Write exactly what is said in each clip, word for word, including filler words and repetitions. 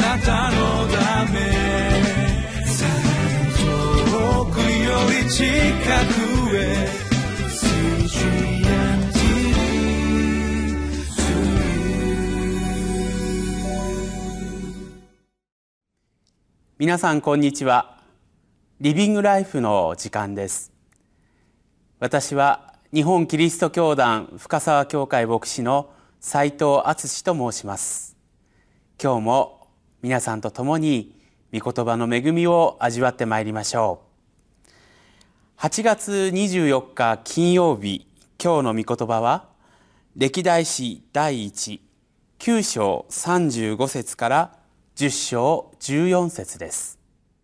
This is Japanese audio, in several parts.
なたのため遠くより近くへ皆さんこんにちは。リビングライフの時間です。私は日本キリスト教団深沢教会牧師の斉藤敦と申します。今日も皆さんと共に御言葉の恵みを味わってまいりましょう。はちがつにじゅうよっか金曜日、今日の御言葉は歴代史第一きゅう章さんじゅうご節からじゅっ章じゅうよん節です。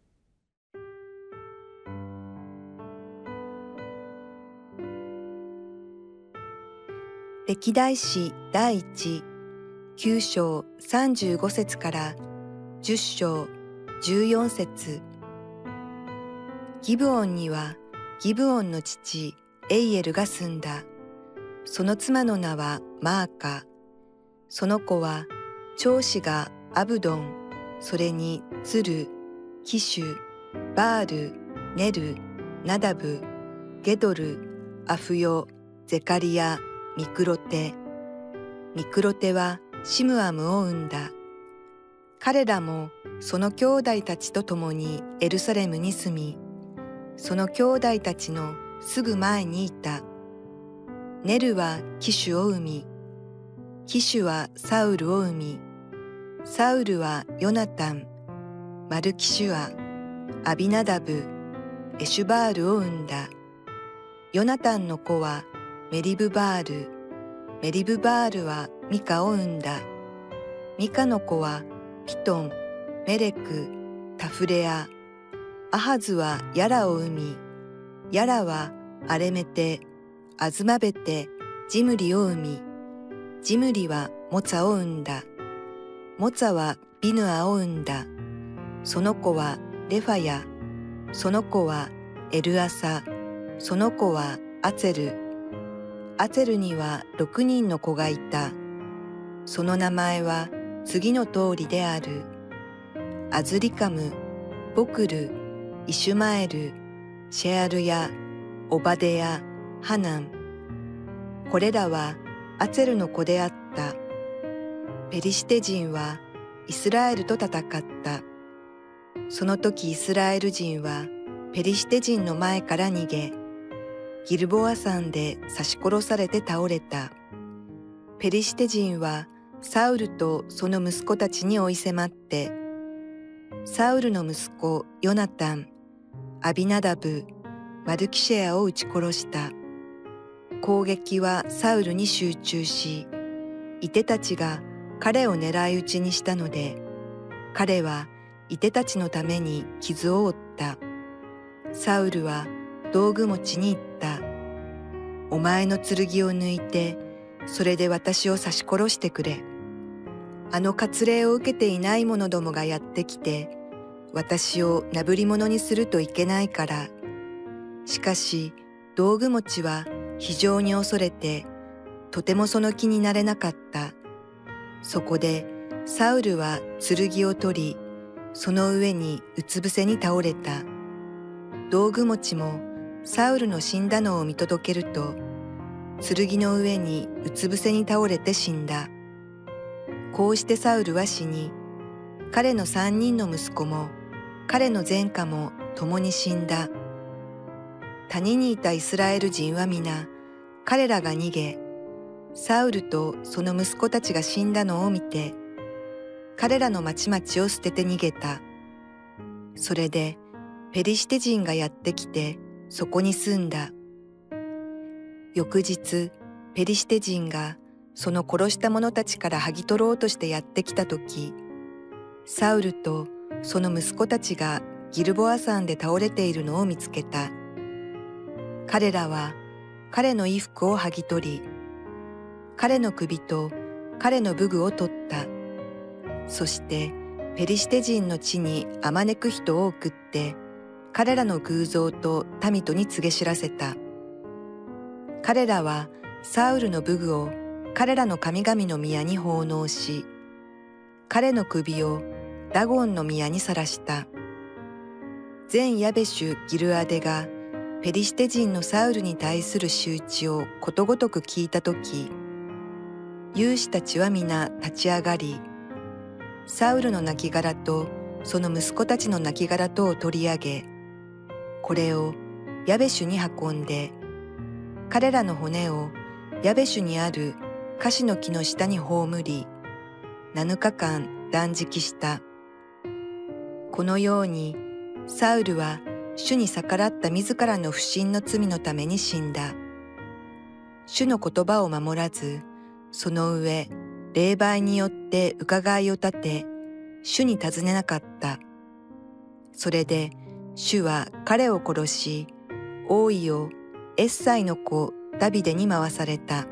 歴代史第一きゅう章さんじゅうご節からじゅっ章じゅうよん節。ギブオンにはギブオンの父エイエルが住んだ。その妻の名はマーカ。その子は長子がアブドン、それにツル、キシュ、バール、ネル、ナダブ、ゲドル、アフヨ、ゼカリヤ、ミクロテ。ミクロテはシムアムを生んだ。彼らもその兄弟たちと共にエルサレムに住み、その兄弟たちのすぐ前にいた。ネルはキシュを生み、キシュはサウルを生み、サウルはヨナタン、マルキシュア、アビナダブ、エシュバールを生んだ。ヨナタンの子はメリブバール、メリブバールはミカを生んだ。ミカの子はピトン、メレク、タフレア。アハズはヤラを生み、ヤラはアレメテ、アズマベテ、ジムリを生み、ジムリはモツァを生んだ。モツァはビヌアを生んだ。その子はレファヤ、その子はエルアサ、その子はアツェル。アツェルには六人の子がいた。その名前は次の通りである。アズリカム、ボクル、イシュマエル、シェアルヤ、オバデヤ、ハナン。これらはアツェルの子であった。ペリシテ人はイスラエルと戦った。その時イスラエル人はペリシテ人の前から逃げ、ギルボア山で刺し殺されて倒れた。ペリシテ人はサウルとその息子たちに追い迫って、サウルの息子ヨナタン、アビナダブ、マルキシェアを撃ち殺した。攻撃はサウルに集中し、射手たちが彼を狙い撃ちにしたので、彼は射手たちのために傷を負った。サウルは道具持ちに言った。お前の剣を抜いて、それで私を刺し殺してくれ。あの割礼を受けていない者どもがやってきて、私をなぶり者にするといけないから。しかし、道具持ちは非常に恐れて、とてもその気になれなかった。そこで、サウルは剣を取り、その上にうつ伏せに倒れた。道具持ちもサウルの死んだのを見届けると、剣の上にうつ伏せに倒れて死んだ。こうしてサウルは死に、彼の三人の息子も、彼の前家も共に死んだ。谷にいたイスラエル人は皆、彼らが逃げ、サウルとその息子たちが死んだのを見て、彼らの町々を捨てて逃げた。それで、ペリシテ人がやってきて、そこに住んだ。翌日、ペリシテ人がその殺した者たちから剥ぎ取ろうとしてやってきたとき、サウルとその息子たちがギルボア山で倒れているのを見つけた。彼らは彼の衣服を剥ぎ取り、彼の首と彼の武具を取った。そしてペリシテ人の地にあまねく人を送って、彼らの偶像と民とに告げ知らせた。彼らはサウルの武具を彼らの神々の宮に奉納し、彼の首をダゴンの宮にさらした。全ヤベシュ・ギルアデがペリシテ人のサウルに対する仕打ちをことごとく聞いたとき、勇士たちは皆立ち上がり、サウルの亡骸とその息子たちの亡骸とを取り上げ、これをヤベシュに運んで、彼らの骨をヤベシュにあるカシの木の下に葬り、なのかかん断食した。このようにサウルは主に逆らった自らの不信の罪のために死んだ。主の言葉を守らず、その上霊媒によって伺いを立て、主に尋ねなかった。それで主は彼を殺し、王位をエッサイの子ダビデに回された。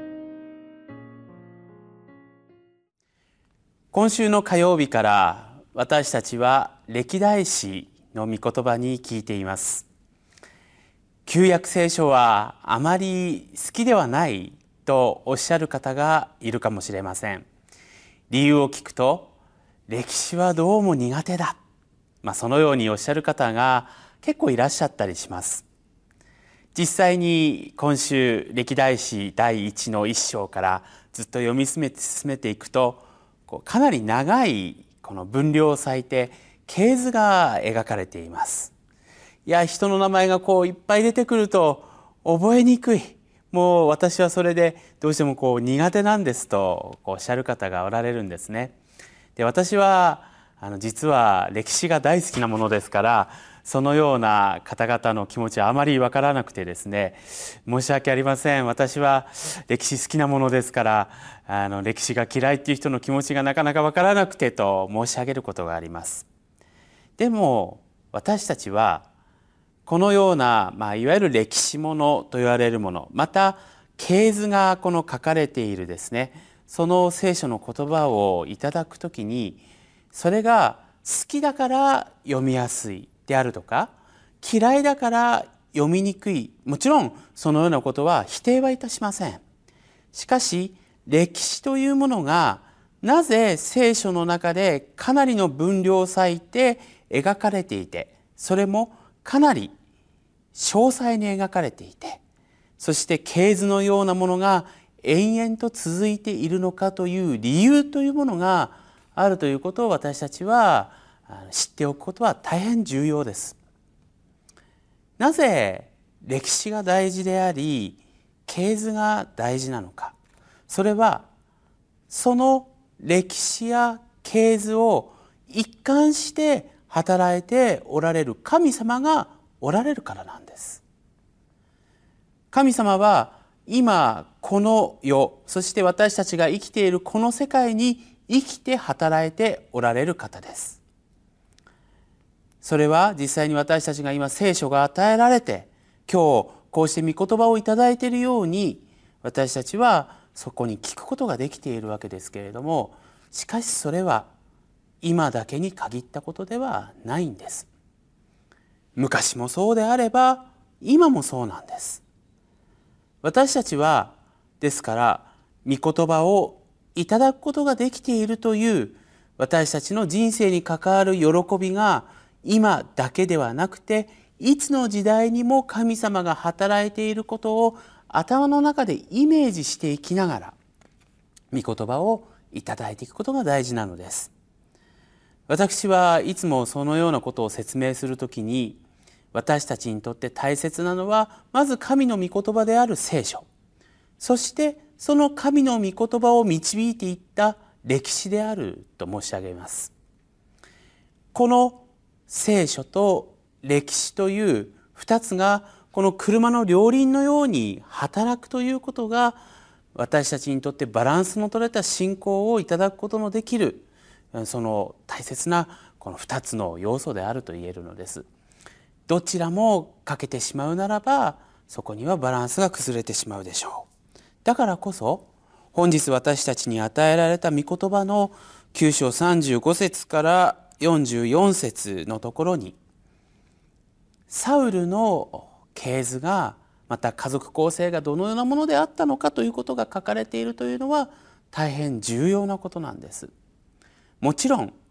今週の火曜日から私たちは歴代史の御言葉に聞いています。旧約聖書はあまり好きではないとおっしゃる方がいるかもしれません。理由を聞くと、歴史はどうも苦手だ、まあ、そのようにおっしゃる方が結構いらっしゃったりします。実際に今週歴代史だいいちの一章からずっと読み進めて進めていくと、こうかなり長いこの分量を割いて系図が描かれています。いや、人の名前がこういっぱい出てくると覚えにくい、もう私はそれでどうしてもこう苦手なんですとおっしゃる方がおられるんですね。で、私はあの実は歴史が大好きなものですから、そのような方々の気持ちはあまりわからなくてですね、申し訳ありません。私は歴史好きなものですから、あの歴史が嫌いっていう人の気持ちがなかなかわからなくてと申し上げることがあります。でも私たちはこのような、まあ、いわゆる歴史ものと言われるもの、また系図がこの書かれているですね、その聖書の言葉をいただくときに、それが好きだから読みやすいであるとか、嫌いだから読みにくい、もちろんそのようなことは否定はいたしません。しかし歴史というものがなぜ聖書の中でかなりの分量を割いて描かれていて、それもかなり詳細に描かれていて、そして系図のようなものが延々と続いているのかという理由というものがあるということを私たちは知っておくことは大変重要です。なぜ歴史が大事であり系図が大事なのか。それはその歴史や系図を一貫して働いておられる神様がおられるからなんです。神様は今この世、そして私たちが生きているこの世界に生きて働いておられる方です。それは実際に私たちが今聖書が与えられて、今日こうして御言葉をいただいているように、私たちはそこに聞くことができているわけですけれども、しかしそれは今だけに限ったことではないんです。昔もそうであれば今もそうなんです。私たちはですから御言葉をいただくことができているという私たちの人生に関わる喜びが今だけではなくて、いつの時代にも神様が働いていることを頭の中でイメージしていきながら御言葉をいただいていくことが大事なのです。私はいつもそのようなことを説明するときに、私たちにとって大切なのはまず神の御言葉である聖書、そしてその神の御言葉を導いていった歴史であると申し上げます。この聖書と歴史という二つがこの車の両輪のように働くということが、私たちにとってバランスの取れた信仰をいただくことのできる、その大切なこの二つの要素であると言えるのです。どちらも欠けてしまうならば、そこにはバランスが崩れてしまうでしょう。だからこそ本日私たちに与えられた御言葉のきゅう章さんじゅうご節からよんじゅうよん節のところに、サウルの系図が、また家族構成がどのようなものであったのかということが書かれているというのは大変重要なことなんです。もちろん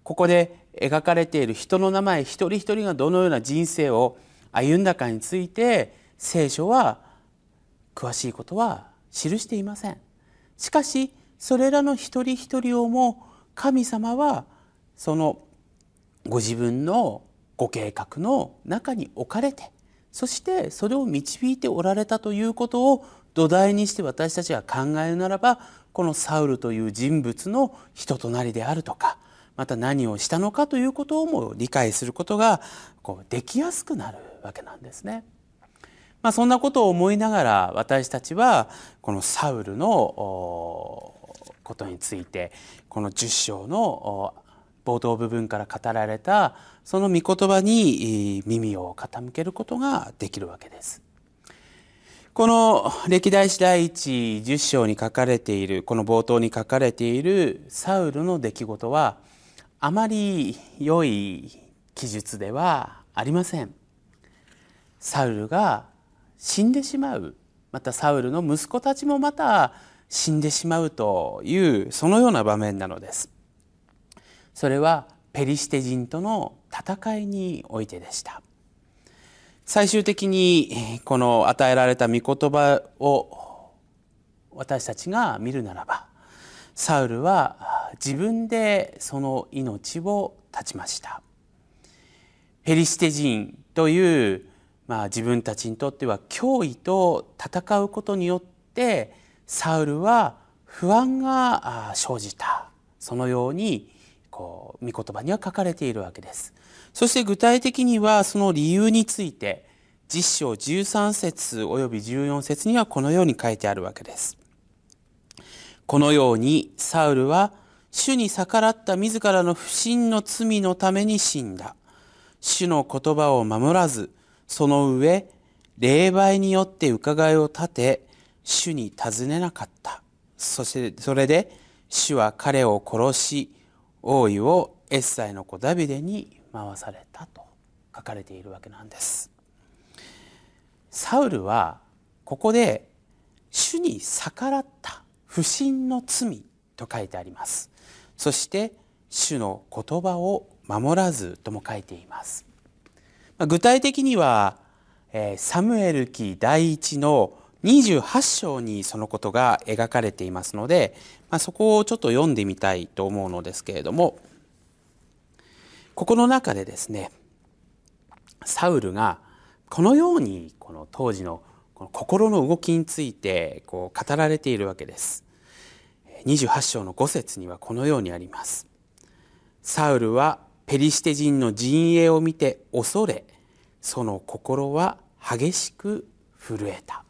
ここで描かれている人の名前一人一人がどのような人生を歩んだかについて聖書は詳しいことは記していません。しかしそれらの一人一人をも神様はそのご自分のご計画の中に置かれて、そしてそれを導いておられたということを土台にして私たちが考えるならば、このサウルという人物の人となりであるとか、また何をしたのかということをも理解することがこうできやすくなるわけなんですね。まあ、そんなことを思いながら私たちはこのサウルのことについてこのじゅっ章の冒頭部分から語られたその御言葉に耳を傾けることができるわけです。この歴代史第一じゅっ章に書かれている、この冒頭に書かれているサウルの出来事はあまり良い記述ではありません。サウルが死んでしまう、またサウルの息子たちもまた死んでしまうというそのような場面なのです。それはペリシテ人との戦いにおいてでした。最終的にこの与えられた御言葉を私たちが見るならば、サウルは自分でその命を絶ちました。ペリシテ人という、まあ、自分たちにとっては脅威と戦うことによってサウルは不安が生じた、そのようにこう御言葉には書かれているわけです。そして具体的にはその理由についてじゅっ章じゅうさん節およびじゅうよん節にはこのように書いてあるわけです。このようにサウルは主に逆らった自らの不信の罪のために死んだ。主の言葉を守らず、その上霊媒によって伺いを立て主に尋ねなかった。そしてそれで主は彼を殺し、王位をエッサイの子ダビデに回されたと書かれているわけなんです。サウルはここで主に逆らった不信の罪と書いてあります。そして主の言葉を守らずとも書いています。具体的にはサムエル記第一のにじゅうはち章にそのことが描かれていますので、まあ、そこをちょっと読んでみたいと思うのですけれども、ここの中でですね、サウルがこのようにこの当時のこの心の動きについてこう語られているわけです。にじゅうはち章のご節にはこのようにあります。サウルはペリシテ人の陣営を見て恐れ、その心は激しく震えた。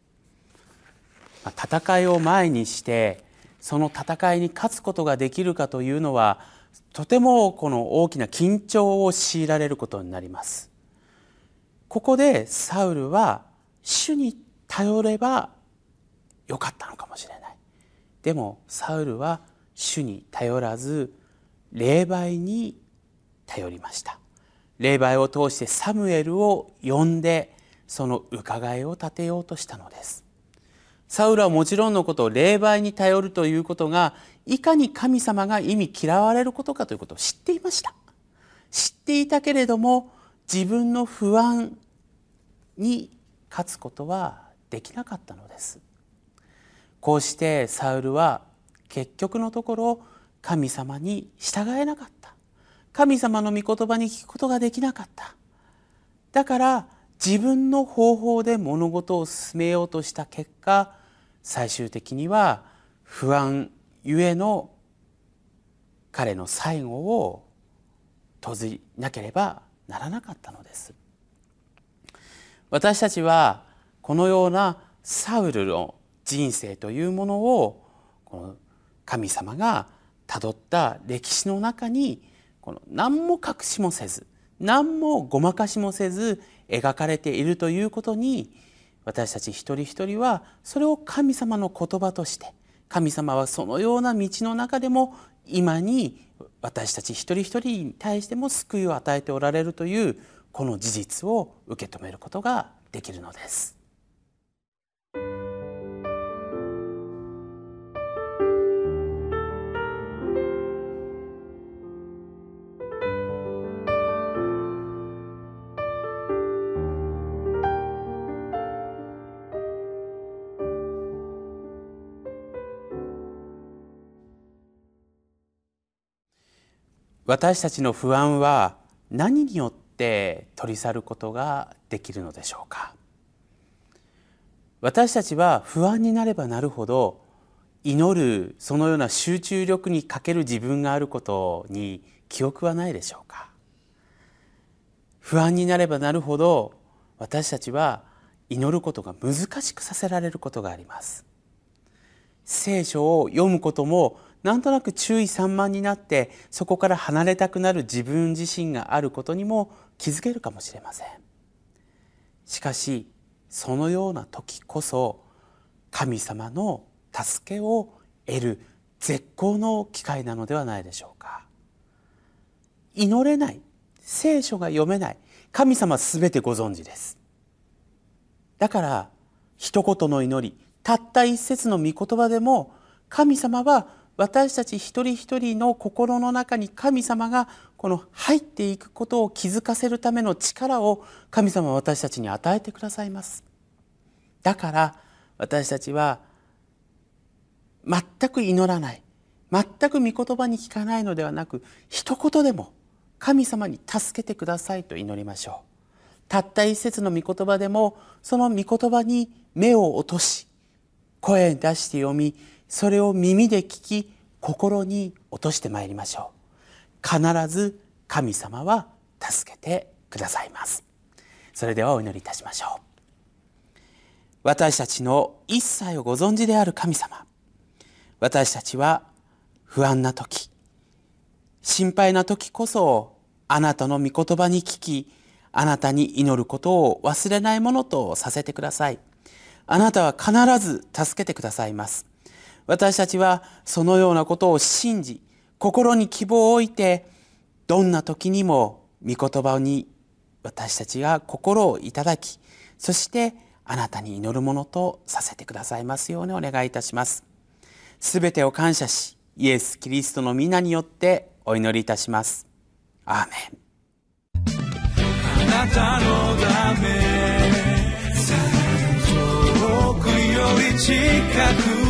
戦いを前にしてその戦いに勝つことができるかというのはとてもこの大きな緊張を強いられることになります。ここでサウルは主に頼ればよかったのかもしれない。でもサウルは主に頼らず霊媒に頼りました。霊媒を通してサムエルを呼んでその伺いを立てようとしたのです。サウルはもちろんのこと霊媒に頼るということがいかに神様が忌み嫌われることかということを知っていました。知っていたけれども自分の不安に勝つことはできなかったのです。こうしてサウルは結局のところ神様に従えなかった。神様の御言葉に聞くことができなかった。だから自分の方法で物事を進めようとした結果、最終的には不安ゆえの彼の最後を閉じなければならなかったのです。私たちはこのようなサウルの人生というものをこの神様がたどった歴史の中にこの何も隠しもせず何もごまかしもせず描かれているということに、私たち一人一人はそれを神様の言葉として、神様はそのような道の中でも今に私たち一人一人に対しても救いを与えておられるというこの事実を受け止めることができるのです。 私たちの不安は何によって取り去ることができるのでしょうか。私たちは不安になればなるほど、祈るそのような集中力に欠ける自分があることに記憶はないでしょうか。不安になればなるほど、私たちは祈ることが難しくさせられることがあります。聖書を読むこともなんとなく注意散漫になって、そこから離れたくなる自分自身があることにも気づけるかもしれません。しかしそのような時こそ、神様の助けを得る絶好の機会なのではないでしょうか。祈れない、聖書が読めない、神様すべてご存知です。だから一言の祈り、たった一節の御言葉でも、神様は私たち一人一人の心の中に神様がこの入っていくことを気づかせるための力を神様は私たちに与えてくださいます。だから私たちは全く祈らない、全く御言葉に聞かないのではなく、一言でも神様に助けてくださいと祈りましょう。たった一節の御言葉でも、その御言葉に目を落とし、声に出して読み、それを耳で聞き、心に落としてまいりましょう。必ず神様は助けてくださいます。それではお祈りいたしましょう。私たちの一切をご存知である神様、私たちは不安な時、心配な時こそ、あなたの御言葉に聞き、あなたに祈ることを忘れないものとさせてください。あなたは必ず助けてくださいます。私たちはそのようなことを信じ、心に希望を置いて、どんな時にも御言葉に私たちが心をいただき、そしてあなたに祈るものとさせてくださいますようにお願いいたします。すべてを感謝し、イエス・キリストの皆によってお祈りいたします。アーメン。 あなたのため遠くより近く